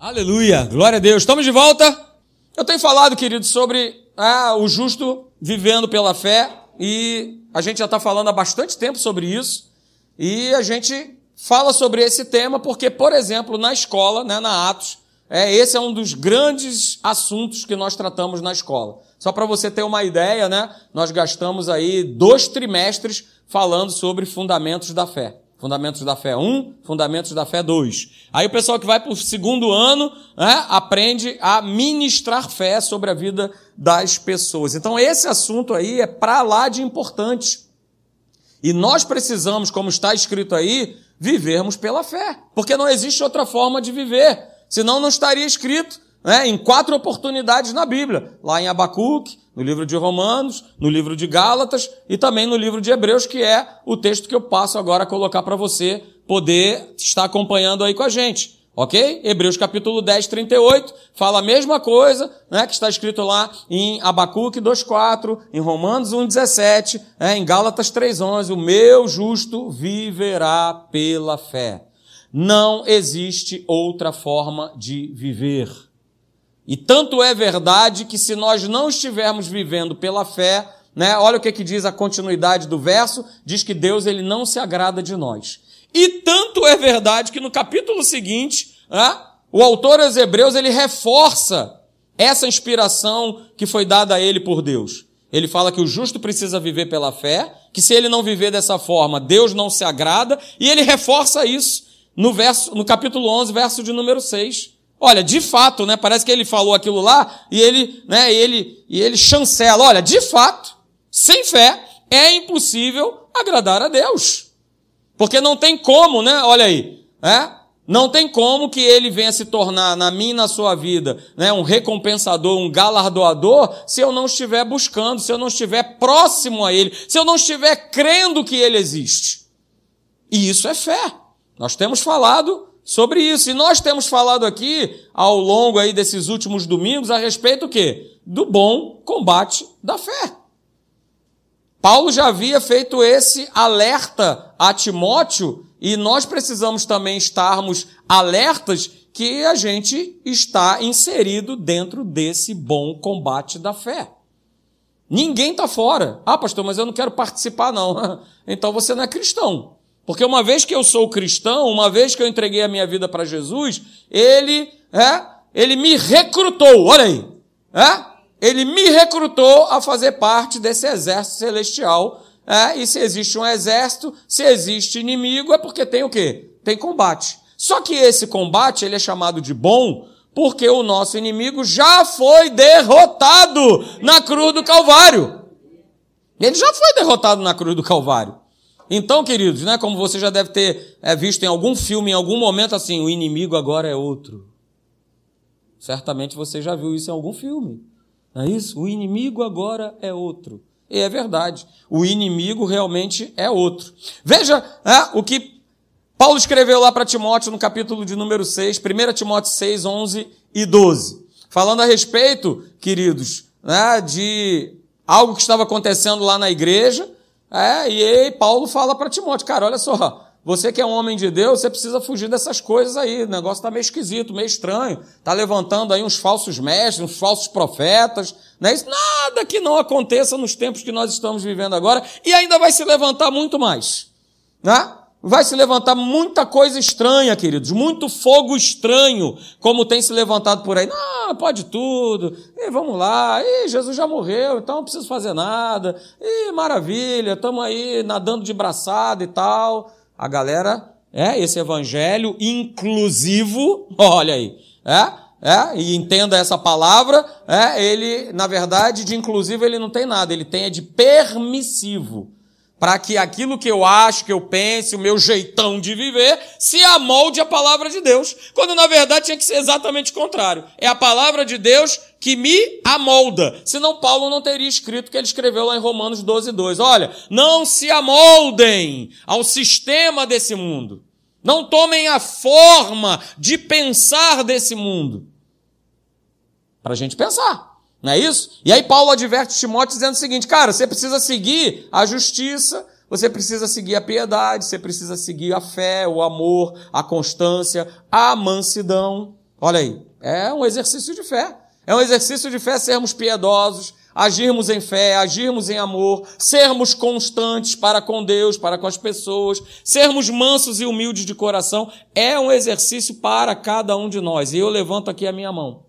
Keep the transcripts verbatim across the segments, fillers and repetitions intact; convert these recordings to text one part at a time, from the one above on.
Aleluia, glória a Deus. Estamos de volta. Eu tenho falado, queridos, sobre ah, o justo vivendo pela fé e a gente já está falando há bastante tempo sobre isso e a gente fala sobre esse tema porque, por exemplo, na escola, né, na Atos, é, esse é um dos grandes assuntos que nós tratamos na escola. Só para você ter uma ideia, né, nós gastamos aí dois trimestres falando sobre fundamentos da fé. Fundamentos da fé um, Fundamentos da fé dois. Aí o pessoal que vai para o segundo ano, né, aprende a ministrar fé sobre a vida das pessoas. Então esse assunto aí é para lá de importante. E nós precisamos, como está escrito aí, vivermos pela fé. Porque não existe outra forma de viver. Senão não estaria escrito, né, em quatro oportunidades na Bíblia. Lá em Abacuque, no livro de Romanos, no livro de Gálatas e também no livro de Hebreus, que é o texto que eu passo agora a colocar para você poder estar acompanhando aí com a gente. Ok? Hebreus capítulo dez, trinta e oito, fala a mesma coisa, né, que está escrito lá em Abacuque dois, quatro, em Romanos um, dezessete, né, em Gálatas três, onze, o meu justo viverá pela fé. Não existe outra forma de viver. E tanto é verdade que se nós não estivermos vivendo pela fé, né, olha o que, que diz a continuidade do verso, diz que Deus ele não se agrada de nós. E tanto é verdade que no capítulo seguinte, né, o autor aos Hebreus ele reforça essa inspiração que foi dada a ele por Deus. Ele fala que o justo precisa viver pela fé, que se ele não viver dessa forma, Deus não se agrada, e ele reforça isso no, verso, no capítulo onze, verso de número seis. Olha, de fato, né, parece que ele falou aquilo lá e ele, né, ele, e ele chancela. Olha, de fato, sem fé é impossível agradar a Deus. Porque não tem como, né, olha aí, né, não tem como que ele venha se tornar na minha e na sua vida, né, um recompensador, um galardoador, se eu não estiver buscando, se eu não estiver próximo a ele, se eu não estiver crendo que ele existe. E isso é fé. Nós temos falado sobre isso. E nós temos falado aqui, ao longo aí desses últimos domingos, a respeito do quê? Do bom combate da fé. Paulo já havia feito esse alerta a Timóteo e nós precisamos também estarmos alertas que a gente está inserido dentro desse bom combate da fé. Ninguém está fora. Ah, pastor, mas eu não quero participar não. Então você não é cristão. Porque uma vez que eu sou cristão, uma vez que eu entreguei a minha vida para Jesus, ele, é, ele me recrutou, olha aí, é, ele me recrutou a fazer parte desse exército celestial, é, e se existe um exército, se existe inimigo, é porque tem o quê? Tem combate. Só que esse combate, ele é chamado de bom, porque o nosso inimigo já foi derrotado na cruz do Calvário. Ele já foi derrotado na cruz do Calvário. Então, queridos, né, como você já deve ter é, visto em algum filme, em algum momento, assim, o inimigo agora é outro. Certamente você já viu isso em algum filme. Não é isso? O inimigo agora é outro. E é verdade. O inimigo realmente é outro. Veja é, o que Paulo escreveu lá para Timóteo no capítulo de número seis, primeiro Timóteo seis, onze e doze. Falando a respeito, queridos, né, de algo que estava acontecendo lá na igreja. É, e aí Paulo fala para Timóteo, cara, olha só, você que é um homem de Deus, você precisa fugir dessas coisas aí, o negócio está meio esquisito, meio estranho, está levantando aí uns falsos mestres, uns falsos profetas, não é isso? Nada que não aconteça nos tempos que nós estamos vivendo agora, e ainda vai se levantar muito mais, né? Vai se levantar muita coisa estranha, queridos, muito fogo estranho, como tem se levantado por aí. Não, pode tudo, e vamos lá, e Jesus já morreu, então não preciso fazer nada, e maravilha, estamos aí nadando de braçada e tal. A galera, é, esse evangelho inclusivo, olha aí, é, é, e entenda essa palavra, é, ele, na verdade, de inclusivo ele não tem nada, ele tem é de permissivo. Para que aquilo que eu acho, que eu pense, o meu jeitão de viver, se amolde à palavra de Deus. Quando, na verdade, tinha que ser exatamente o contrário. É a palavra de Deus que me amolda. Senão, Paulo não teria escrito o que ele escreveu lá em Romanos doze, dois. Olha, não se amoldem ao sistema desse mundo. Não tomem a forma de pensar desse mundo. Para a gente pensar. Não é isso? E aí Paulo adverte Timóteo dizendo o seguinte, cara, você precisa seguir a justiça, você precisa seguir a piedade, você precisa seguir a fé, o amor, a constância, a mansidão. Olha aí, é um exercício de fé. É um exercício de fé sermos piedosos, agirmos em fé, agirmos em amor, sermos constantes para com Deus, para com as pessoas, sermos mansos e humildes de coração. É um exercício para cada um de nós. E eu levanto aqui a minha mão.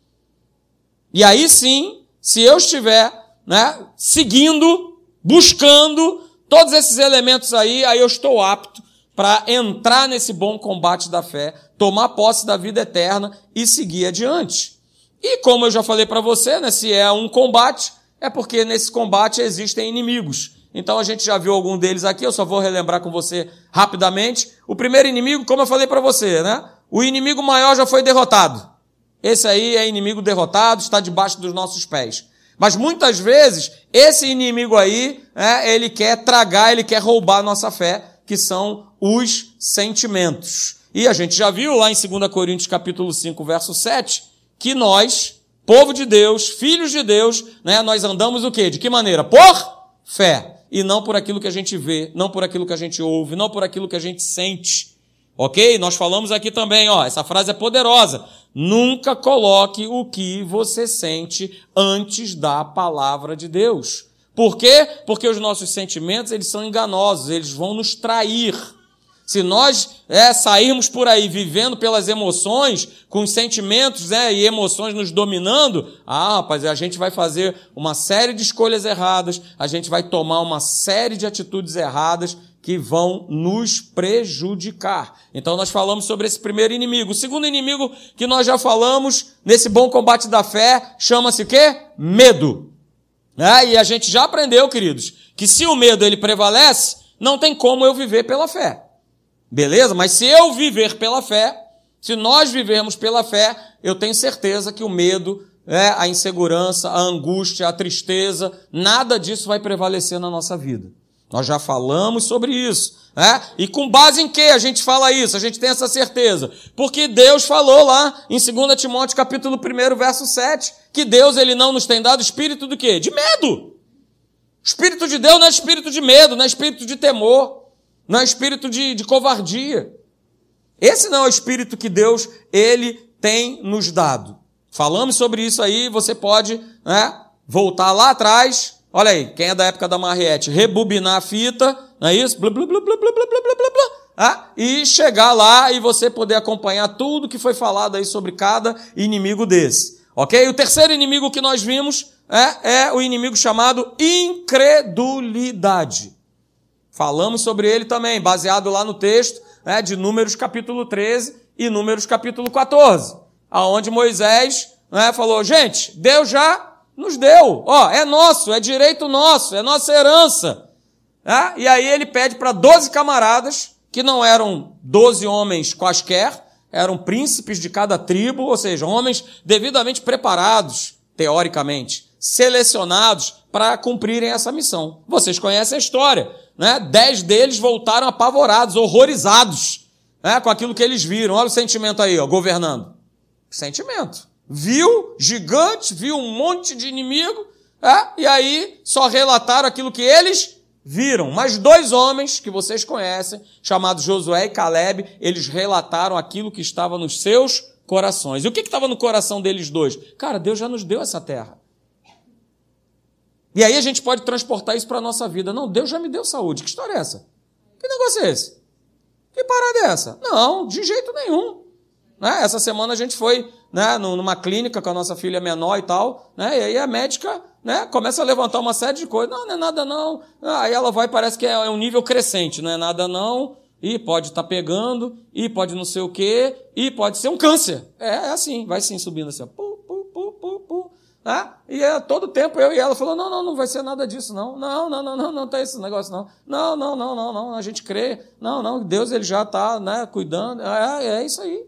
E aí sim, se eu estiver, né, seguindo, buscando todos esses elementos aí, aí eu estou apto para entrar nesse bom combate da fé, tomar posse da vida eterna e seguir adiante. E como eu já falei para você, né, se é um combate, é porque nesse combate existem inimigos. Então a gente já viu algum deles aqui, eu só vou relembrar com você rapidamente. O primeiro inimigo, como eu falei para você, né, o inimigo maior já foi derrotado. Esse aí é inimigo derrotado, está debaixo dos nossos pés. Mas muitas vezes, esse inimigo aí, né, ele quer tragar, ele quer roubar a nossa fé, que são os sentimentos. E a gente já viu lá em dois Coríntios capítulo cinco, verso sete, que nós, povo de Deus, filhos de Deus, né, nós andamos o quê? De que maneira? Por fé. E não por aquilo que a gente vê, não por aquilo que a gente ouve, não por aquilo que a gente sente. Ok? Nós falamos aqui também, ó, essa frase é poderosa. Nunca coloque o que você sente antes da palavra de Deus. Por quê? Porque os nossos sentimentos, eles são enganosos, eles vão nos trair. Se nós é, sairmos por aí vivendo pelas emoções, com os sentimentos, né, e emoções nos dominando, ah, rapaz, a gente vai fazer uma série de escolhas erradas, a gente vai tomar uma série de atitudes erradas que vão nos prejudicar. Então nós falamos sobre esse primeiro inimigo. O segundo inimigo que nós já falamos nesse bom combate da fé chama-se o quê? Medo. É, e a gente já aprendeu, queridos, que se o medo ele prevalece, não tem como eu viver pela fé. Beleza? Mas se eu viver pela fé, se nós vivermos pela fé, eu tenho certeza que o medo, é, a insegurança, a angústia, a tristeza, nada disso vai prevalecer na nossa vida. Nós já falamos sobre isso, né? E com base em que a gente fala isso? A gente tem essa certeza. Porque Deus falou lá em dois Timóteo capítulo um, verso sete, que Deus ele não nos tem dado espírito do quê? De medo. O espírito de Deus não é espírito de medo, não é espírito de temor, não é espírito de, de covardia. Esse não é o espírito que Deus ele tem nos dado. Falamos sobre isso aí, você pode, né, voltar lá atrás. Olha aí, quem é da época da Mariette, rebobinar a fita, não é isso? Blá, blá, blá, blá, blá, blá, blá, blá, blá, ah, e chegar lá e você poder acompanhar tudo que foi falado aí sobre cada inimigo desse. Ok? O terceiro inimigo que nós vimos é, é o inimigo chamado incredulidade. Falamos sobre ele também, baseado lá no texto, né, de Números capítulo treze e Números capítulo quatorze, aonde Moisés, né, falou, gente, Deus já nos deu, ó, é nosso, é direito nosso, é nossa herança. É? E aí ele pede para doze camaradas, que não eram doze homens quaisquer, eram príncipes de cada tribo, ou seja, homens devidamente preparados, teoricamente, selecionados para cumprirem essa missão. Vocês conhecem a história, né? Dez deles voltaram apavorados, horrorizados, né, com aquilo que eles viram. Olha o sentimento aí, ó, governando. Sentimento. Viu gigante, viu um monte de inimigo, é? E aí só relataram aquilo que eles viram. Mas dois homens que vocês conhecem, chamados Josué e Caleb, eles relataram aquilo que estava nos seus corações. E o que estava no coração deles dois? Cara, Deus já nos deu essa terra. E aí a gente pode transportar isso para a nossa vida. Não, Deus já me deu saúde. Que história é essa? Que negócio é esse? Que parada é essa? Não, de jeito nenhum. Né? Essa semana a gente foi, né, numa clínica com a nossa filha menor e tal, né, e aí a médica, né, começa a levantar uma série de coisas. Não, não é nada não. Aí ela vai, parece que é um nível crescente, não é nada não, e pode estar tá pegando, e pode não sei o quê, e pode ser um câncer. É, é assim, vai sim subindo assim, ó. Pu, pu, pu, pu, pu. Né? E é, todo tempo eu e ela falou, não, não, não vai ser nada disso, não. Não, não, não, não, não tem esse negócio, não. Não, não, não, não, não, a gente crê. Não, não, Deus ele já está, né, cuidando. É, é isso aí.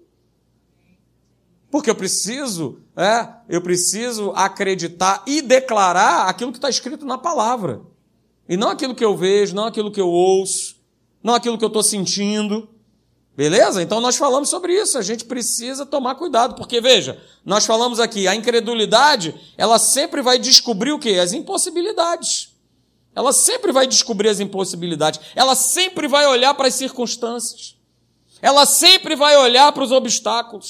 Porque eu preciso, é, eu preciso acreditar e declarar aquilo que está escrito na palavra. E não aquilo que eu vejo, não aquilo que eu ouço, não aquilo que eu estou sentindo. Beleza? Então nós falamos sobre isso. A gente precisa tomar cuidado. Porque, veja, nós falamos aqui, a incredulidade, ela sempre vai descobrir o quê? As impossibilidades. Ela sempre vai descobrir as impossibilidades. Ela sempre vai olhar para as circunstâncias. Ela sempre vai olhar para os obstáculos.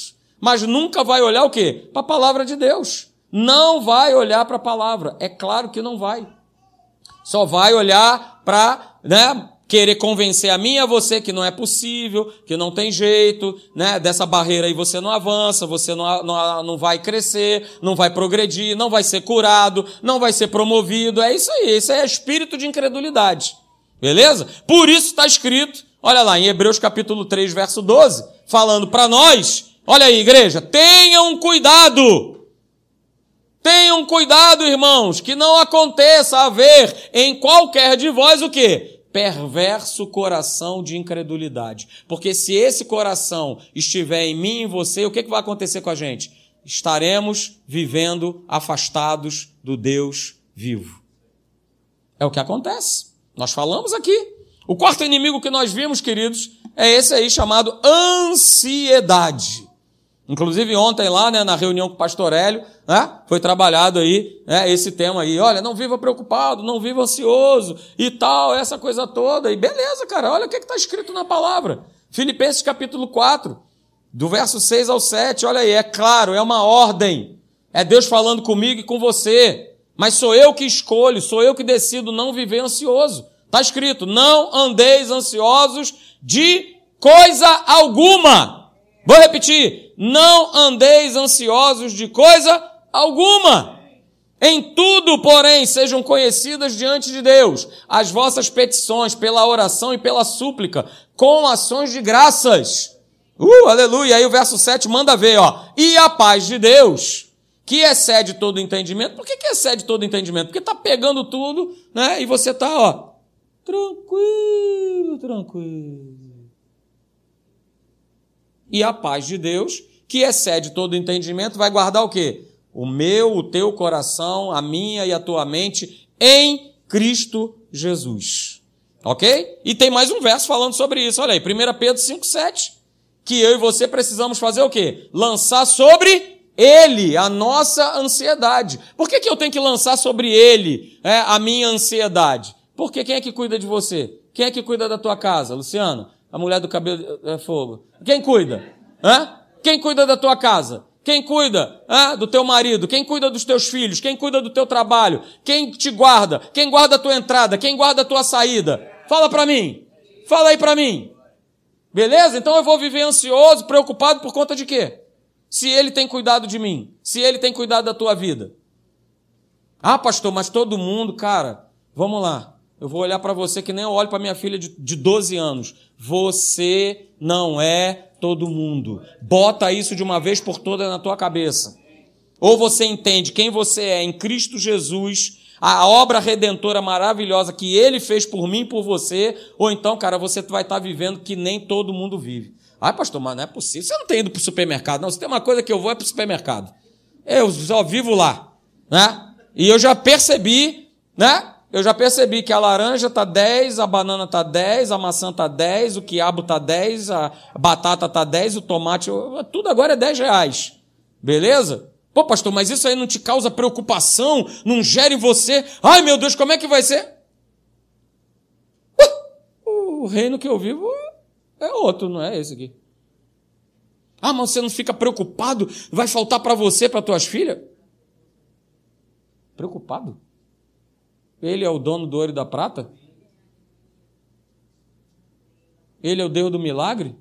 mas nunca vai olhar o quê? Para a palavra de Deus. Não vai olhar para a palavra. É claro que não vai. Só vai olhar para, né, querer convencer a mim e a você que não é possível, que não tem jeito, né, dessa barreira aí você não avança, você não, não, não vai crescer, não vai progredir, não vai ser curado, não vai ser promovido. É isso aí, isso é espírito de incredulidade. Beleza? Por isso está escrito, olha lá, em Hebreus capítulo três, verso doze, falando para nós, olha aí, igreja, tenham cuidado. Tenham cuidado, irmãos, que não aconteça haver em qualquer de vós o quê? Perverso coração de incredulidade. Porque se esse coração estiver em mim e em você, o que, que vai acontecer com a gente? Estaremos vivendo afastados do Deus vivo. É o que acontece. Nós falamos aqui. O quarto inimigo que nós vimos, queridos, é esse aí chamado ansiedade. Inclusive ontem lá, né, na reunião com o pastor Hélio, né, foi trabalhado aí, né, esse tema aí, olha, não viva preocupado, não viva ansioso e tal, essa coisa toda, e beleza, cara, olha o que está escrito na palavra, Filipenses capítulo quatro, do verso seis ao sete, olha aí, é claro, é uma ordem, é Deus falando comigo e com você, mas sou eu que escolho, sou eu que decido não viver ansioso, está escrito, não andeis ansiosos de coisa alguma. Vou repetir, não andeis ansiosos de coisa alguma. Em tudo, porém, sejam conhecidas diante de Deus as vossas petições pela oração e pela súplica, com ações de graças. Uh, aleluia. Aí o verso sete manda ver, ó. E a paz de Deus, que excede todo entendimento. Por que que excede todo entendimento? Porque tá pegando tudo, né? E você tá, ó, tranquilo, tranquilo. E a paz de Deus, que excede todo entendimento, vai guardar o quê? O meu, o teu coração, a minha e a tua mente em Cristo Jesus. Ok? E tem mais um verso falando sobre isso. Olha aí, primeiro Pedro cinco, sete. Que eu e você precisamos fazer o quê? Lançar sobre Ele a nossa ansiedade. Por que que eu tenho que lançar sobre Ele, é, a minha ansiedade? Porque quem é que cuida de você? Quem é que cuida da tua casa, Luciano? A mulher do cabelo é fogo. Quem cuida? Hã? Quem cuida da tua casa? Quem cuida, hã, do teu marido? Quem cuida dos teus filhos? Quem cuida do teu trabalho? Quem te guarda? Quem guarda a tua entrada? Quem guarda a tua saída? Fala para mim. Fala aí para mim. Beleza? Então eu vou viver ansioso, preocupado por conta de quê? Se Ele tem cuidado de mim. Se Ele tem cuidado da tua vida. Ah, pastor, mas todo mundo, cara, vamos lá. Eu vou olhar para você que nem eu olho para minha filha de, de doze anos. Você não é todo mundo. Bota isso de uma vez por todas na tua cabeça. Ou você entende quem você é em Cristo Jesus, a obra redentora maravilhosa que Ele fez por mim e por você, ou então, cara, você vai estar vivendo que nem todo mundo vive. Ah, pastor, mas não é possível. Você não tem ido para o supermercado, não. Se tem uma coisa que eu vou é para o supermercado. Eu só vivo lá, né? E eu já percebi, né? Eu já percebi que a laranja está dez, a banana está dez, a maçã está dez, o quiabo está dez, a batata está dez, o tomate, tudo agora é dez reais. Beleza? Pô, pastor, mas isso aí não te causa preocupação? Não gera em você? Ai, meu Deus, como é que vai ser? Uh, o reino que eu vivo é outro, não é esse aqui. Ah, mas você não fica preocupado? Vai faltar para você, para tuas filhas? Preocupado? Ele é o dono do ouro e da prata? Ele é o Deus do milagre?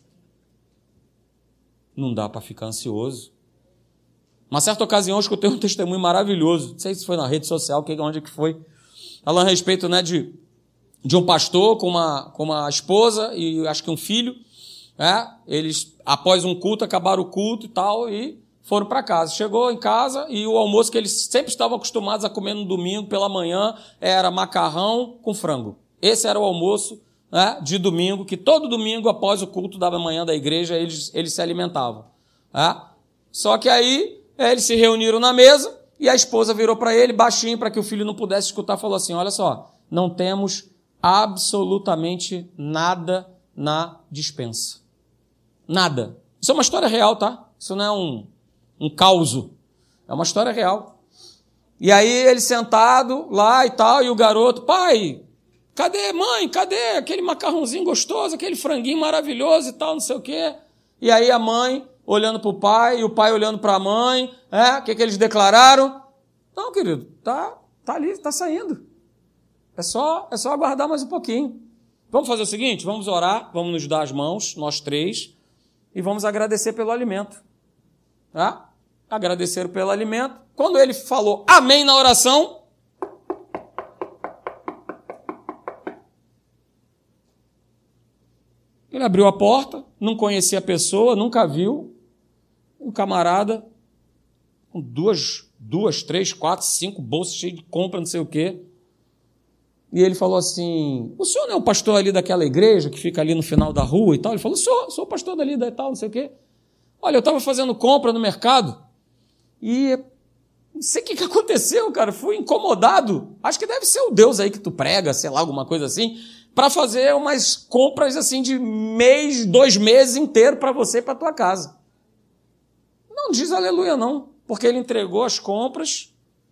Não dá para ficar ansioso. Uma certa ocasião eu escutei um testemunho maravilhoso. Não sei se foi na rede social, onde que foi. Falando a respeito, né, de, de um pastor com uma, com uma esposa e acho que um filho. É, eles, após um culto, acabaram o culto e tal, e foram para casa. Chegou em casa e o almoço que eles sempre estavam acostumados a comer no domingo pela manhã era macarrão com frango. Esse era o almoço, né, de domingo, que todo domingo, após o culto da manhã da igreja, eles, eles se alimentavam. É? Só que aí é, eles se reuniram na mesa e a esposa virou para ele, baixinho, para que o filho não pudesse escutar, falou assim, olha só, não temos absolutamente nada na despensa. Nada. Isso é uma história real, tá? Isso não é um... um causo. É uma história real. E aí ele sentado lá e tal, e o garoto, pai, cadê, mãe, cadê aquele macarrãozinho gostoso, aquele franguinho maravilhoso e tal, não sei o quê. E aí a mãe, olhando para o pai, e o pai olhando para a mãe. É, o que, que eles declararam? Não, querido, tá, tá ali, tá saindo. É só, é só aguardar mais um pouquinho. Vamos fazer o seguinte, vamos orar, vamos nos dar as mãos, nós três, e vamos agradecer pelo alimento. Tá? Agradecer pelo alimento. Quando ele falou amém na oração, ele abriu a porta, não conhecia a pessoa, nunca viu. Um camarada com duas, duas, três, quatro, cinco bolsas cheias de compra, não sei o quê. E ele falou assim, o senhor não é o pastor ali daquela igreja que fica ali no final da rua e tal? Ele falou, sou, sou o pastor dali da tal, não sei o quê. Olha, eu estava fazendo compra no mercado e não sei o que, que aconteceu, cara. Fui incomodado. Acho que deve ser o Deus aí que tu prega, sei lá, alguma coisa assim, para fazer umas compras assim de mês, dois meses inteiro para você e para tua casa. Não diz aleluia não, porque ele entregou as compras.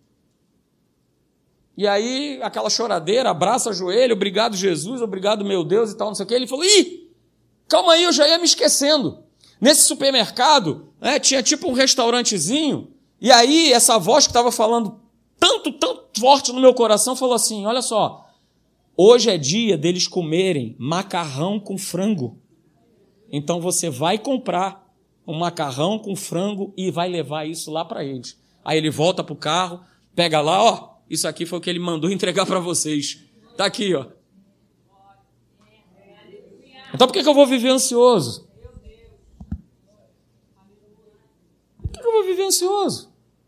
E aí, aquela choradeira, abraça o joelho, obrigado Jesus, obrigado meu Deus e tal, não sei o quê. Ele falou, ih, calma aí, eu já ia me esquecendo. Nesse supermercado, né, tinha tipo um restaurantezinho, e aí essa voz que estava falando tanto, tanto forte no meu coração, falou assim, olha só, hoje é dia deles comerem macarrão com frango. Então você vai comprar um macarrão com frango e vai levar isso lá para eles. Aí ele volta para o carro, pega lá, ó, isso aqui foi o que ele mandou entregar para vocês. Está aqui, ó. Então por que, que eu vou viver ansioso? Por que, que eu vou viver ansioso?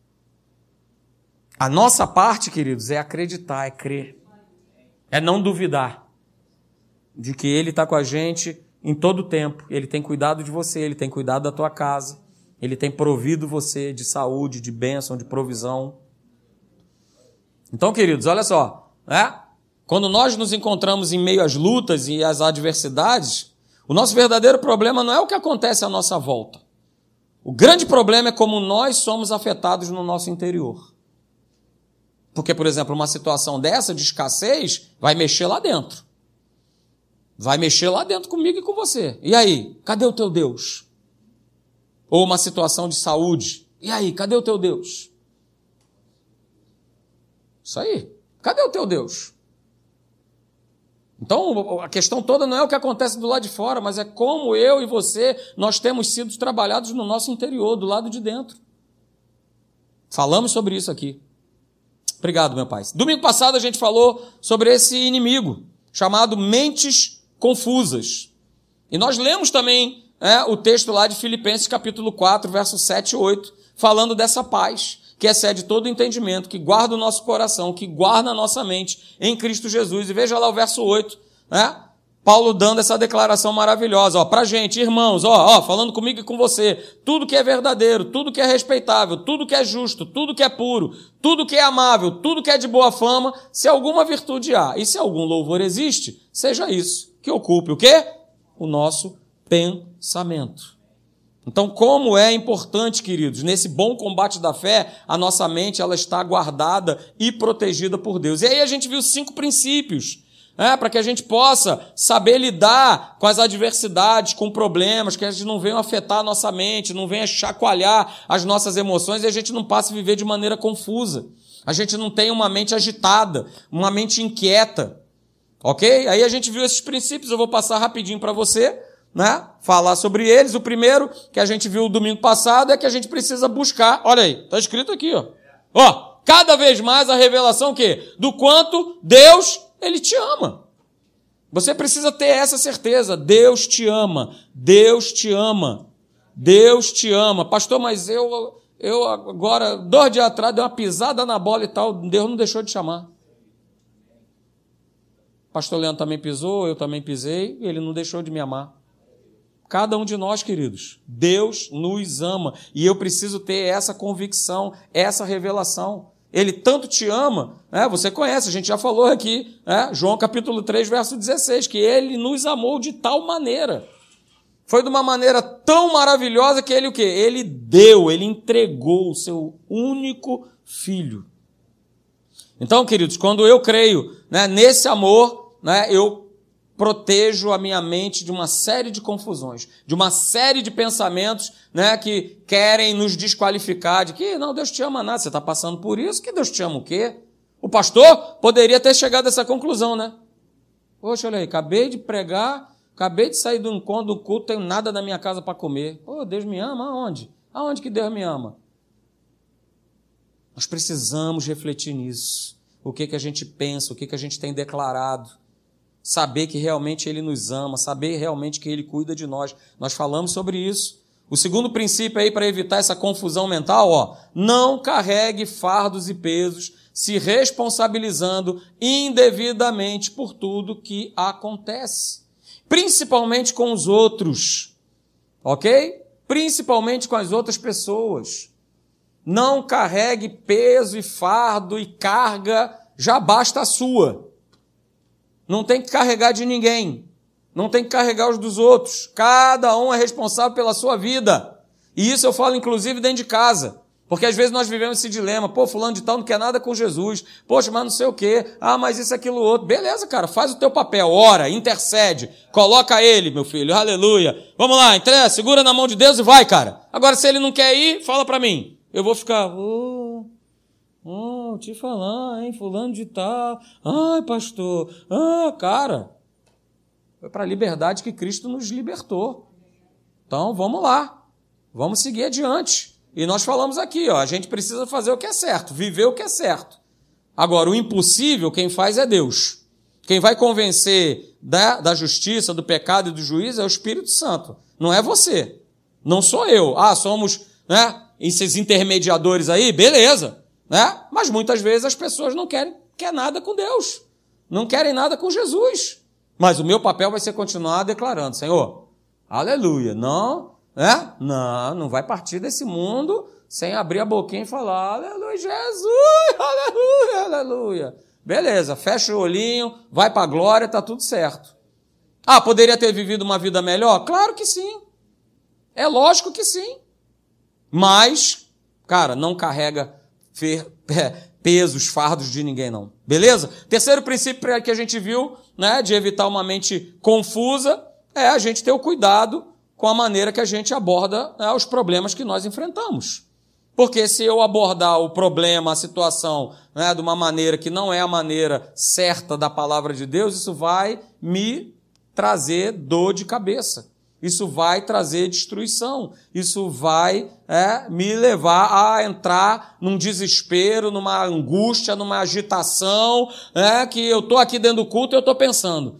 A nossa parte, queridos, é acreditar, é crer. É não duvidar de que Ele está com a gente em todo o tempo. Ele tem cuidado de você, Ele tem cuidado da tua casa. Ele tem provido você de saúde, de bênção, de provisão. Então, queridos, olha só, né? Quando nós nos encontramos em meio às lutas e às adversidades, o nosso verdadeiro problema não é o que acontece à nossa volta. O grande problema é como nós somos afetados no nosso interior. Porque, por exemplo, uma situação dessa de escassez vai mexer lá dentro. Vai mexer lá dentro comigo e com você. E aí, cadê o teu Deus? Ou uma situação de saúde. E aí, cadê o teu Deus? Isso aí. Cadê o teu Deus? Então, a questão toda não é o que acontece do lado de fora, mas é como eu e você, nós temos sido trabalhados no nosso interior, do lado de dentro. Falamos sobre isso aqui. Obrigado, meu pai. Domingo passado a gente falou sobre esse inimigo, chamado mentes confusas. E nós lemos também é, o texto lá de Filipenses capítulo quatro, versos sete e oito, falando dessa paz que excede todo entendimento, que guarda o nosso coração, que guarda a nossa mente em Cristo Jesus. E veja lá o verso oito, né? Paulo dando essa declaração maravilhosa, ó, pra gente, irmãos, ó, ó, falando comigo e com você, tudo que é verdadeiro, tudo que é respeitável, tudo que é justo, tudo que é puro, tudo que é amável, tudo que é de boa fama, se alguma virtude há e se algum louvor existe, seja isso que ocupe o quê? O nosso pensamento. Então, como é importante, queridos, nesse bom combate da fé, a nossa mente ela está guardada e protegida por Deus. E aí a gente viu cinco princípios, É, para que a gente possa saber lidar com as adversidades, com problemas, que a gente não venha afetar a nossa mente, não venha chacoalhar as nossas emoções e a gente não passe a viver de maneira confusa. A gente não tenha uma mente agitada, uma mente inquieta, ok? Aí a gente viu esses princípios, eu vou passar rapidinho para você, né? Falar sobre eles. O primeiro que a gente viu o domingo passado é que a gente precisa buscar, olha aí, está escrito aqui, ó, ó, cada vez mais a revelação o quê? Do quanto Deus Ele te ama. Você precisa ter essa certeza. Deus te ama. Deus te ama. Deus te ama. Pastor, mas eu, eu agora, dois dias atrás, dei uma pisada na bola e tal. Deus não deixou de chamar. Pastor Leandro também pisou, eu também pisei, e ele não deixou de me amar. Cada um de nós, queridos, Deus nos ama. E eu preciso ter essa convicção, essa revelação. Ele tanto te ama, né? Você conhece, a gente já falou aqui, né? João capítulo três, verso dezesseis, que Ele nos amou de tal maneira. Foi de uma maneira tão maravilhosa que Ele o quê? Ele deu, Ele entregou o seu único Filho. Então, queridos, quando eu creio, né, nesse amor, né, eu protejo a minha mente de uma série de confusões, de uma série de pensamentos, né, que querem nos desqualificar, de que não, Deus te ama nada, você está passando por isso, que Deus te ama o quê? O pastor poderia ter chegado a essa conclusão, né? Poxa, olha aí, acabei de pregar, acabei de sair do encontro, do culto, tenho nada na minha casa para comer. Pô, Deus me ama? Aonde? Aonde que Deus me ama? Nós precisamos refletir nisso. O que que a gente pensa, o que que a gente tem declarado. Saber que realmente Ele nos ama, saber realmente que Ele cuida de nós. Nós falamos sobre isso. O segundo princípio aí para evitar essa confusão mental, ó, não carregue fardos e pesos, se responsabilizando indevidamente por tudo que acontece. Principalmente com os outros, ok? Principalmente com as outras pessoas. Não carregue peso e fardo e carga, já basta a sua. Não tem que carregar de ninguém. Não tem que carregar os dos outros. Cada um é responsável pela sua vida. E isso eu falo inclusive dentro de casa. Porque às vezes nós vivemos esse dilema. Pô, fulano de tal não quer nada com Jesus. Poxa, mas não sei o quê. Ah, mas isso, aquilo, outro. Beleza, cara, faz o teu papel. Ora, intercede. Coloca ele, meu filho. Aleluia. Vamos lá, entrega, segura na mão de Deus e vai, cara. Agora, se ele não quer ir, fala pra mim. Eu vou ficar... Oh, oh, te falar, hein, fulano de tal. Ai, pastor. Ah, cara. Foi para a liberdade que Cristo nos libertou. Então, vamos lá. Vamos seguir adiante. E nós falamos aqui, ó, a gente precisa fazer o que é certo, viver o que é certo. Agora, o impossível, quem faz é Deus. Quem vai convencer da, da justiça, do pecado e do juízo é o Espírito Santo. Não é você. Não sou eu. Ah, somos, né, esses intermediadores aí, beleza. Né? Mas muitas vezes as pessoas não querem, querem nada com Deus. Não querem nada com Jesus. Mas o meu papel vai ser continuar declarando, Senhor, aleluia, não, né? Não, não vai partir desse mundo sem abrir a boquinha e falar, aleluia, Jesus, aleluia, aleluia. Beleza, fecha o olhinho, vai para a glória, tá tudo certo. Ah, poderia ter vivido uma vida melhor? Claro que sim. É lógico que sim. Mas, cara, não carrega fer, pesos, fardos de ninguém, não. Beleza? Terceiro princípio que a gente viu, né, de evitar uma mente confusa, é a gente ter o cuidado com a maneira que a gente aborda, né, os problemas que nós enfrentamos. Porque se eu abordar o problema, a situação, né, de uma maneira que não é a maneira certa da palavra de Deus, isso vai me trazer dor de cabeça. Isso vai trazer destruição. Isso vai é, me levar a entrar num desespero, numa angústia, numa agitação, é, que eu estou aqui dentro do culto e eu estou pensando.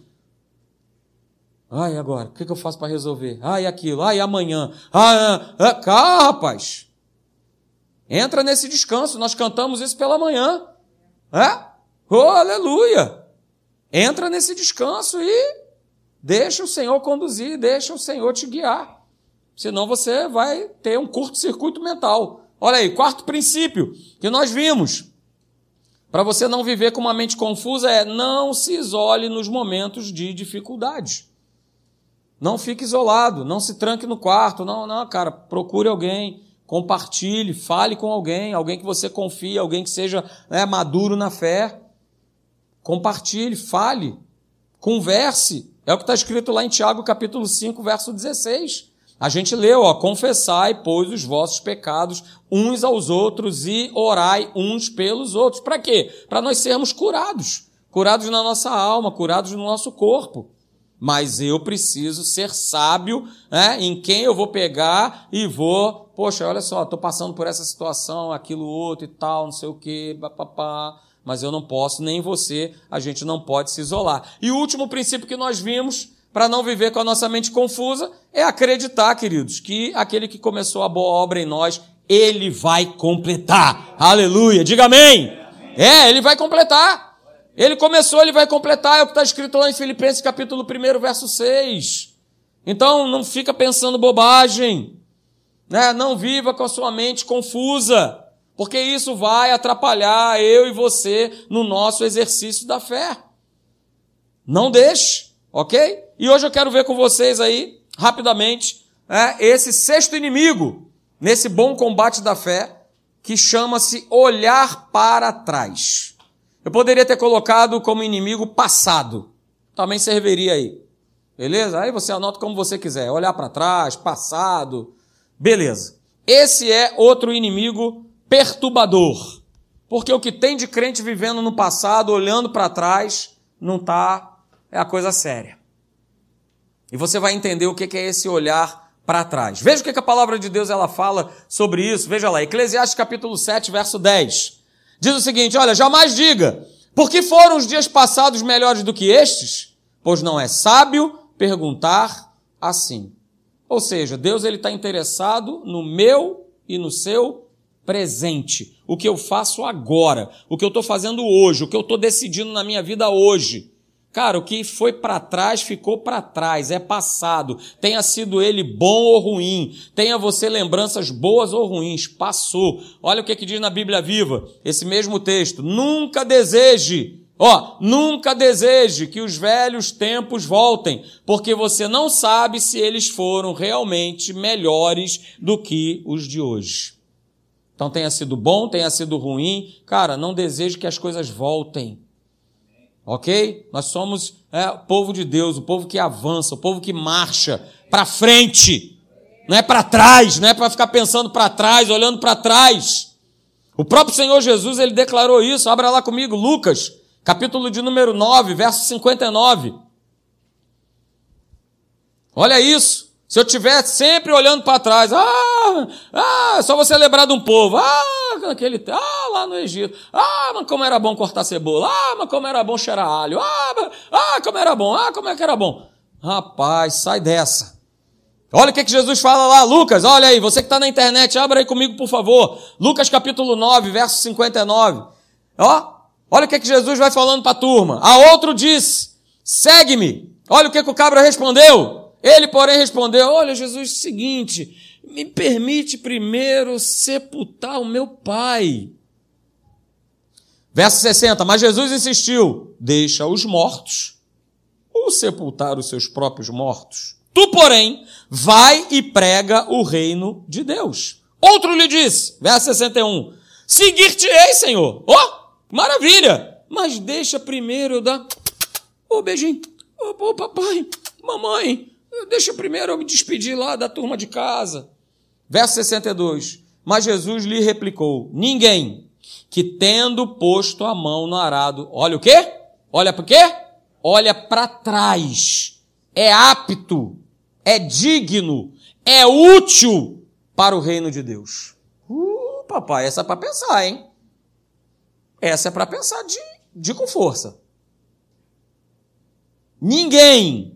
Ai, agora, o que eu faço para resolver? Ai, aquilo, ai, amanhã. Ah, ah, cá, rapaz. Entra nesse descanso, nós cantamos isso pela manhã. É? Oh, aleluia. Entra nesse descanso e deixa o Senhor conduzir, deixa o Senhor te guiar. Senão você vai ter um curto-circuito mental. Olha aí, quarto princípio que nós vimos. Para você não viver com uma mente confusa é não se isole nos momentos de dificuldade. Não fique isolado, não se tranque no quarto. Não, não, cara, procure alguém, compartilhe, fale com alguém, alguém que você confie, alguém que seja, né, maduro na fé. Compartilhe, fale, converse. É o que está escrito lá em Tiago, capítulo cinco, verso dezesseis. A gente leu, ó, confessai, pois, os vossos pecados uns aos outros e orai uns pelos outros. Para quê? Para nós sermos curados. Curados na nossa alma, curados no nosso corpo. Mas eu preciso ser sábio, né, em quem eu vou pegar e vou... Poxa, olha só, estou passando por essa situação, aquilo outro e tal, não sei o quê, papapá... Mas eu não posso, nem você, a gente não pode se isolar. E o último princípio que nós vimos, para não viver com a nossa mente confusa, é acreditar, queridos, que aquele que começou a boa obra em nós, ele vai completar. Aleluia, diga amém. Amém. É, ele vai completar. Ele começou, ele vai completar, é o que está escrito lá em Filipenses capítulo um, verso seis. Então, não fica pensando bobagem, né? Não viva com a sua mente confusa. Porque isso vai atrapalhar eu e você no nosso exercício da fé. Não deixe, ok? E hoje eu quero ver com vocês aí, rapidamente, é, esse sexto inimigo, nesse bom combate da fé, que chama-se olhar para trás. Eu poderia ter colocado como inimigo passado. também serviria aí. Beleza? Aí você anota como você quiser. Olhar para trás, passado. Beleza. Esse é outro inimigo perturbador. Porque o que tem de crente vivendo no passado, olhando para trás, não tá, é a coisa séria. E você vai entender o que é esse olhar para trás. Veja o que a palavra de Deus ela fala sobre isso. Veja lá, Eclesiastes capítulo sete, verso dez. Diz o seguinte, olha, jamais diga, por que foram os dias passados melhores do que estes? Pois não é sábio perguntar assim. Ou seja, Deus ele está interessado no meu e no seu presente. O que eu faço agora, o que eu estou fazendo hoje, o que eu estou decidindo na minha vida hoje. Cara, o que foi para trás, ficou para trás, é passado. Tenha sido ele bom ou ruim, tenha você lembranças boas ou ruins, passou. Olha o que, que diz na Bíblia Viva, esse mesmo texto. Nunca deseje, ó, nunca deseje que os velhos tempos voltem, porque você não sabe se eles foram realmente melhores do que os de hoje. Então tenha sido bom, tenha sido ruim, cara, não deseje que as coisas voltem. Ok? Nós somos é, o povo de Deus, o povo que avança, o povo que marcha para frente. Não é para trás, não é para ficar pensando para trás, olhando para trás. O próprio Senhor Jesus, ele declarou isso. Abra lá comigo, Lucas, capítulo de número nove, verso cinquenta e nove. Olha isso. Se eu estiver sempre olhando para trás, ah, ah, só você lembrar de um povo, ah, aquele, ah, lá no Egito, ah, mas como era bom cortar cebola, ah, mas como era bom cheirar alho, ah, mas, ah, como era bom, ah, como é que era bom. Rapaz, sai dessa. Olha o que, que Jesus fala lá, Lucas, olha aí, você que está na internet, abra aí comigo, por favor. Lucas capítulo nove, verso cinquenta e nove. Ó, olha o que, que Jesus vai falando para a turma. A outro disse, segue-me. Olha o que, que o cabra respondeu. Ele, porém, respondeu, olha, Jesus, é o seguinte, me permite primeiro sepultar o meu pai. Verso sessenta, mas Jesus insistiu, deixa os mortos ou sepultar os seus próprios mortos. Tu, porém, vai e prega o reino de Deus. Outro lhe disse, verso sessenta e um, seguir-te-ei, Senhor. Ó, oh, maravilha, mas deixa primeiro eu dar ô oh, beijinho, ô oh, oh, papai, mamãe, deixa primeiro eu me despedir lá da turma de casa. Verso sessenta e dois. Mas Jesus lhe replicou, ninguém que tendo posto a mão no arado, olha o quê? Olha para quê? Olha para trás. É apto, é digno, é útil para o reino de Deus. Uh, papai, essa é para pensar, hein? Essa é para pensar de, de com força. Ninguém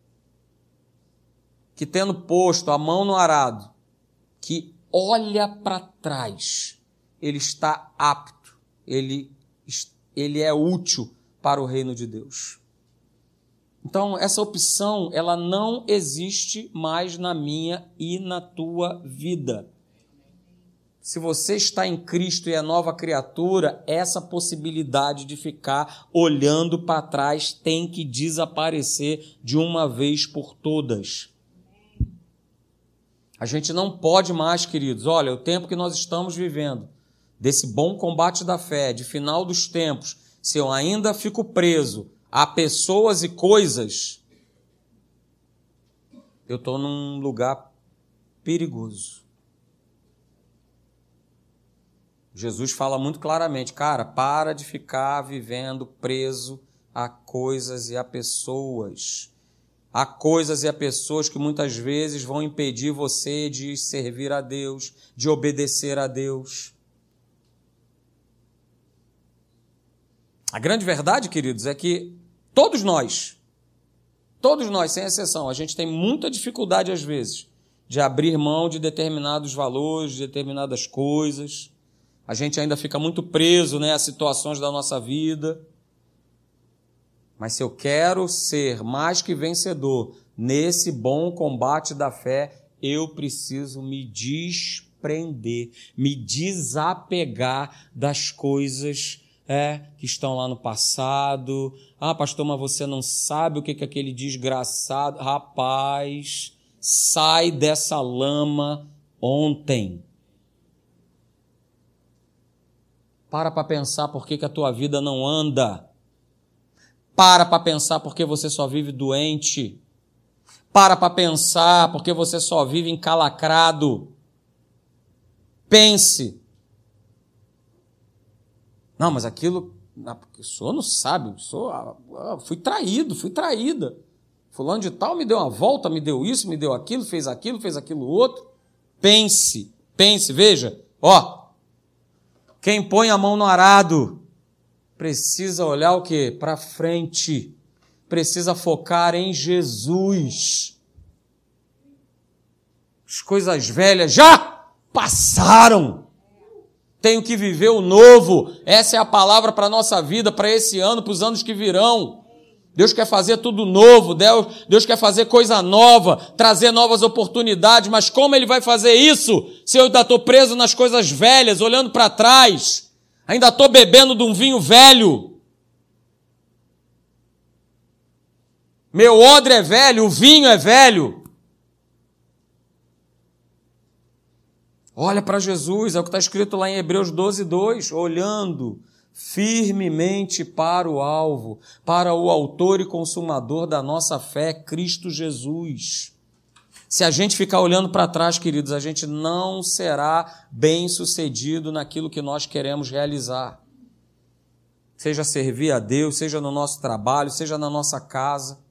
que tendo posto a mão no arado, que olha para trás, ele está apto, ele, ele é útil para o reino de Deus. Então, essa opção, ela não existe mais na minha e na tua vida. Se você está em Cristo e é nova criatura, essa possibilidade de ficar olhando para trás tem que desaparecer de uma vez por todas. A gente não pode mais, queridos, olha, o tempo que nós estamos vivendo, desse bom combate da fé, de final dos tempos, se eu ainda fico preso a pessoas e coisas, eu estou num lugar perigoso. Jesus fala muito claramente, cara, para de ficar vivendo preso a coisas e a pessoas. Há coisas e há pessoas que muitas vezes vão impedir você de servir a Deus, de obedecer a Deus. A grande verdade, queridos, é que todos nós, todos nós, sem exceção, a gente tem muita dificuldade às vezes de abrir mão de determinados valores, de determinadas coisas. A gente ainda fica muito preso, né, a situações da nossa vida. Mas se eu quero ser mais que vencedor nesse bom combate da fé, eu preciso me desprender, me desapegar das coisas é, que estão lá no passado. Ah, pastor, mas você não sabe o que é aquele desgraçado. Rapaz, sai dessa lama ontem. Para para pensar por que que a tua vida não anda. Para para pensar porque você só vive doente. Para para pensar porque você só vive encalacrado. Pense. Não, mas aquilo... O senhor não sabe, o senhor, fui traído, fui traída. Fulano de tal me deu uma volta, me deu isso, me deu aquilo, fez aquilo, fez aquilo outro. Pense, pense, veja, ó, quem põe a mão no arado precisa olhar o quê? Para frente, precisa focar em Jesus. As coisas velhas já passaram. Tenho que viver o novo. Essa é a palavra para a nossa vida, para esse ano, para os anos que virão. Deus quer fazer tudo novo, Deus, Deus quer fazer coisa nova, trazer novas oportunidades, mas como Ele vai fazer isso se eu ainda estou preso nas coisas velhas, olhando para trás? Ainda estou bebendo de um vinho velho. Meu odre é velho, o vinho é velho. Olha para Jesus, é o que está escrito lá em Hebreus doze, dois, olhando firmemente para o alvo, para o autor e consumador da nossa fé, Cristo Jesus. Se a gente ficar olhando para trás, queridos, a gente não será bem-sucedido naquilo que nós queremos realizar. Seja servir a Deus, seja no nosso trabalho, seja na nossa casa.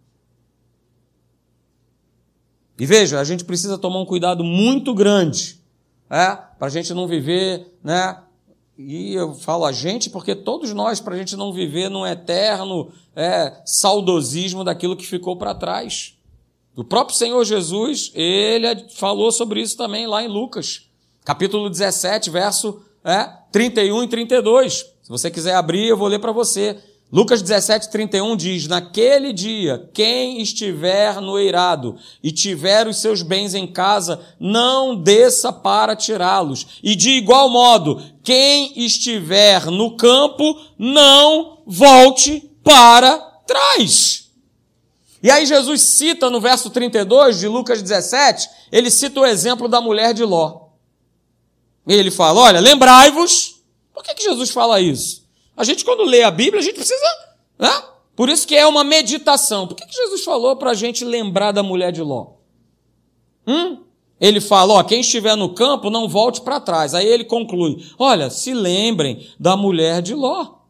E veja, a gente precisa tomar um cuidado muito grande, é, para a gente não viver, né? E eu falo a gente porque todos nós, para a gente não viver num eterno é, saudosismo daquilo que ficou para trás. O próprio Senhor Jesus, Ele falou sobre isso também lá em Lucas, capítulo dezessete, verso é, trinta e um e trinta e dois. Se você quiser abrir, eu vou ler para você. Lucas dezessete, trinta e um diz, naquele dia, quem estiver no eirado e tiver os seus bens em casa, não desça para tirá-los. E de igual modo, quem estiver no campo, não volte para trás. E aí Jesus cita no verso trinta e dois de Lucas dezessete, ele cita o exemplo da mulher de Ló. Ele fala, olha, lembrai-vos. Por que que Jesus fala isso? A gente, quando lê a Bíblia, a gente precisa, né? Por isso que é uma meditação. Por que que Jesus falou para a gente lembrar da mulher de Ló? Hum? Ele fala, ó, quem estiver no campo, não volte para trás. Aí ele conclui, olha, se lembrem da mulher de Ló.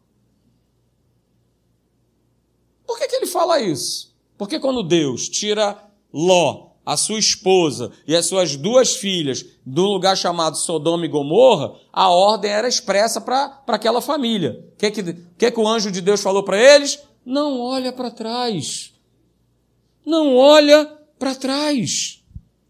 Por que que ele fala isso? Porque quando Deus tira Ló, a sua esposa e as suas duas filhas de um lugar chamado Sodoma e Gomorra, a ordem era expressa para aquela família. O que, que, que, que o anjo de Deus falou para eles? Não olha para trás. Não olha para trás.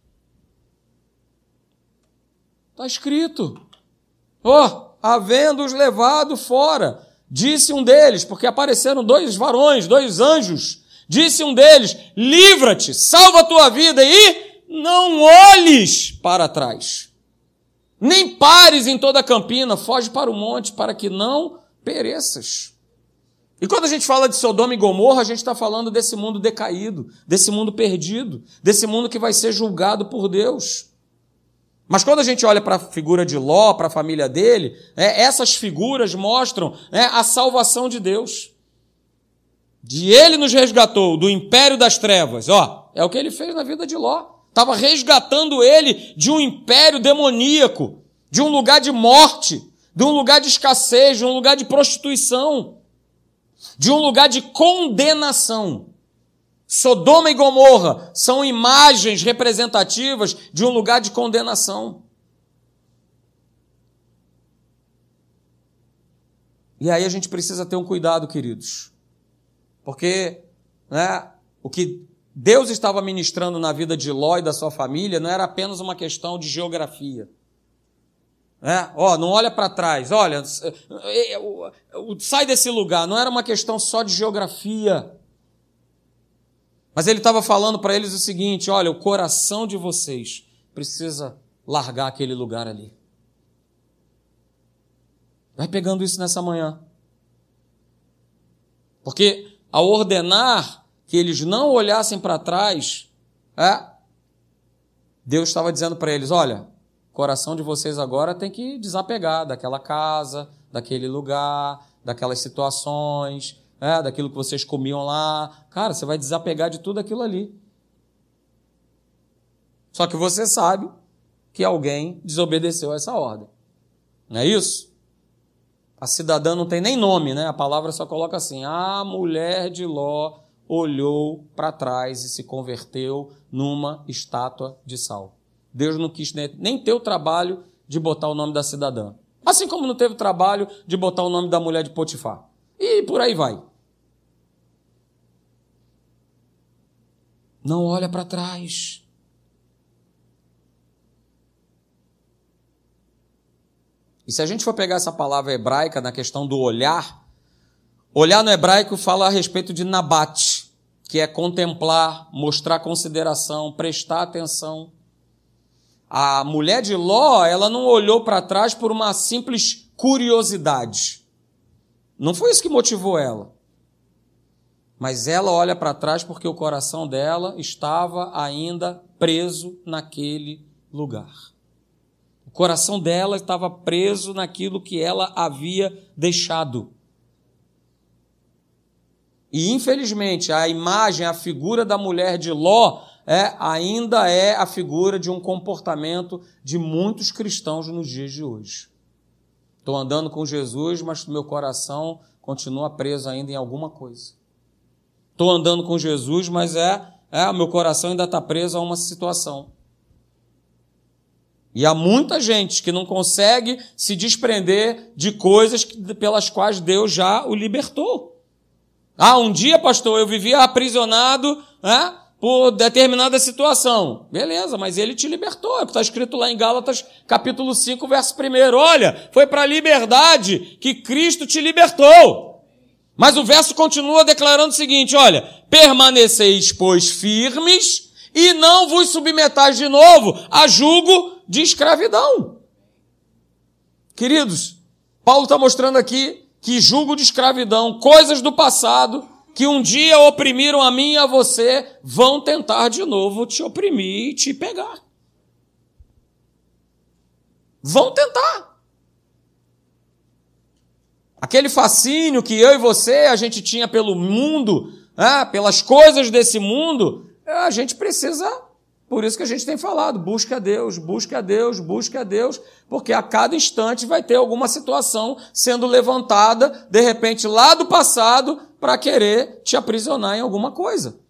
Está escrito. Oh, havendo-os levado fora, disse um deles, porque apareceram dois varões, dois anjos, disse um deles, livra-te, salva a tua vida e não olhes para trás. Nem pares em toda a campina, foge para o monte para que não pereças. E quando a gente fala de Sodoma e Gomorra, a gente está falando desse mundo decaído, desse mundo perdido, desse mundo que vai ser julgado por Deus. Mas quando a gente olha para a figura de Ló, para a família dele, é, essas figuras mostram é, a salvação de Deus. De ele nos resgatou do império das trevas, ó, é o que ele fez na vida de Ló. Estava resgatando ele de um império demoníaco, de um lugar de morte, de um lugar de escassez, de um lugar de prostituição, de um lugar de condenação. Sodoma e Gomorra são imagens representativas de um lugar de condenação. E aí a gente precisa ter um cuidado, queridos. Porque né, o que Deus estava ministrando na vida de Ló e da sua família não era apenas uma questão de geografia. É, ó, não olha para trás, olha, sai desse lugar. Não era uma questão só de geografia. Mas ele estava falando para eles o seguinte, olha, o coração de vocês precisa largar aquele lugar ali. Vai pegando isso nessa manhã. Porque ao ordenar que eles não olhassem para trás, é, Deus estava dizendo para eles, olha, o coração de vocês agora tem que desapegar daquela casa, daquele lugar, daquelas situações, é, daquilo que vocês comiam lá. Cara, você vai desapegar de tudo aquilo ali. Só que você sabe que alguém desobedeceu a essa ordem. Não é isso? A cidadã não tem nem nome, né? A palavra só coloca assim: a mulher de Ló olhou para trás e se converteu numa estátua de sal. Deus não quis nem ter o trabalho de botar o nome da cidadã. Assim como não teve o trabalho de botar o nome da mulher de Potifar. E por aí vai. Não olha para trás. E se a gente for pegar essa palavra hebraica na questão do olhar, olhar no hebraico fala a respeito de nabat, que é contemplar, mostrar consideração, prestar atenção. A mulher de Ló, ela não olhou para trás por uma simples curiosidade. Não foi isso que motivou ela. Mas ela olha para trás porque o coração dela estava ainda preso naquele lugar. O coração dela estava preso naquilo que ela havia deixado. E, infelizmente, a imagem, a figura da mulher de Ló é, ainda é a figura de um comportamento de muitos cristãos nos dias de hoje. Estou andando com Jesus, mas meu coração continua preso ainda em alguma coisa. Estou andando com Jesus, mas é, é meu coração ainda está preso a uma situação. E há muita gente que não consegue se desprender de coisas pelas quais Deus já o libertou. Ah, um dia, pastor, eu vivia aprisionado, né, por determinada situação. Beleza, mas ele te libertou. É o que está escrito lá em Gálatas, capítulo cinco, verso um. Olha, foi para a liberdade que Cristo te libertou. Mas o verso continua declarando o seguinte, olha, permaneceis, pois, firmes e não vos submetais de novo a jugo de escravidão. Queridos, Paulo está mostrando aqui que jugo de escravidão, coisas do passado, que um dia oprimiram a mim e a você, vão tentar de novo te oprimir e te pegar. Vão tentar. Aquele fascínio que eu e você, a gente tinha pelo mundo, né, pelas coisas desse mundo, a gente precisa, por isso que a gente tem falado, busca a Deus, busca a Deus, busca a Deus, porque a cada instante vai ter alguma situação sendo levantada, de repente, lá do passado, para querer te aprisionar em alguma coisa.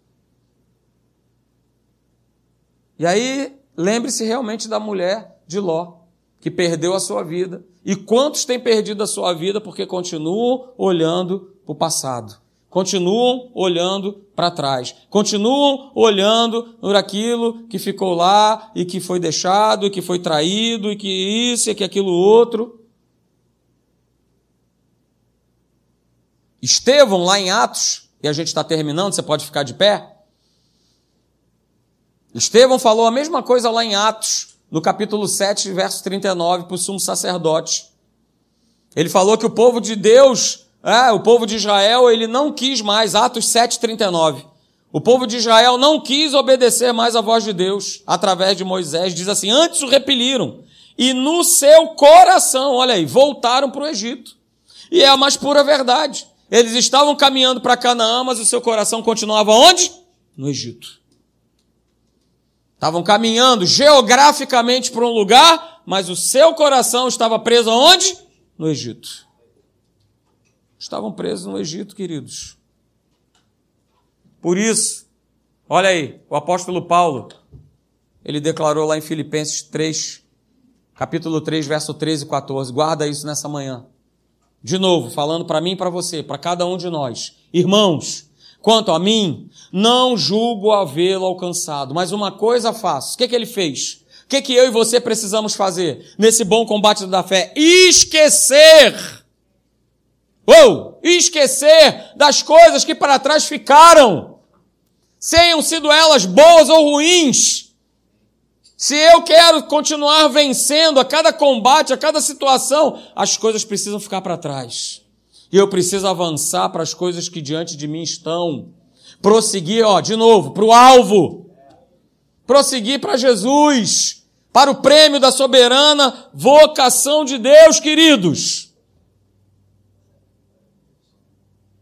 E aí, lembre-se realmente da mulher de Ló, que perdeu a sua vida. E quantos têm perdido a sua vida porque continuam olhando para o passado? Continuam olhando para trás. Continuam olhando por aquilo que ficou lá e que foi deixado, e que foi traído, e que isso e que aquilo outro. Estevão, lá em Atos, e a gente está terminando, você pode ficar de pé. Estevão falou a mesma coisa lá em Atos, no capítulo sete, verso trinta e nove, para o sumo sacerdote. Ele falou que o povo de Deus, é, o povo de Israel, ele não quis mais, Atos sete, trinta e nove. O povo de Israel não quis obedecer mais à voz de Deus, através de Moisés. Diz assim, antes o repeliram, e no seu coração, olha aí, voltaram para o Egito. E é a mais pura verdade. Eles estavam caminhando para Canaã, mas o seu coração continuava onde? No Egito. Estavam caminhando geograficamente para um lugar, mas o seu coração estava preso aonde? No Egito. Estavam presos no Egito, queridos. Por isso, olha aí, o apóstolo Paulo, ele declarou lá em Filipenses três, capítulo três, verso treze e quatorze. Guarda isso nessa manhã. De novo, falando para mim e para você, para cada um de nós. Irmãos, quanto a mim, não julgo havê-lo alcançado, mas uma coisa faço. O que que ele fez? O que que eu e você precisamos fazer nesse bom combate da fé? Esquecer. Ou esquecer das coisas que para trás ficaram. Tenham sido elas boas ou ruins. Se eu quero continuar vencendo a cada combate, a cada situação, as coisas precisam ficar para trás. E eu preciso avançar para as coisas que diante de mim estão. Prosseguir, ó, de novo, para o alvo. Prosseguir para Jesus. Para o prêmio da soberana vocação de Deus, queridos.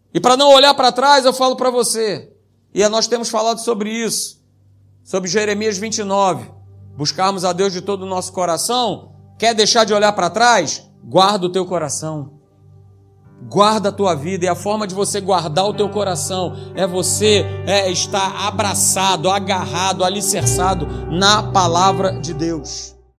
E para não olhar para trás, eu falo para você, e nós temos falado sobre isso, sobre Jeremias vinte e nove, buscarmos a Deus de todo o nosso coração. Quer deixar de olhar para trás? Guarda o teu coração. Guarda a tua vida, e a forma de você guardar o teu coração é você é, estar abraçado, agarrado, alicerçado na palavra de Deus.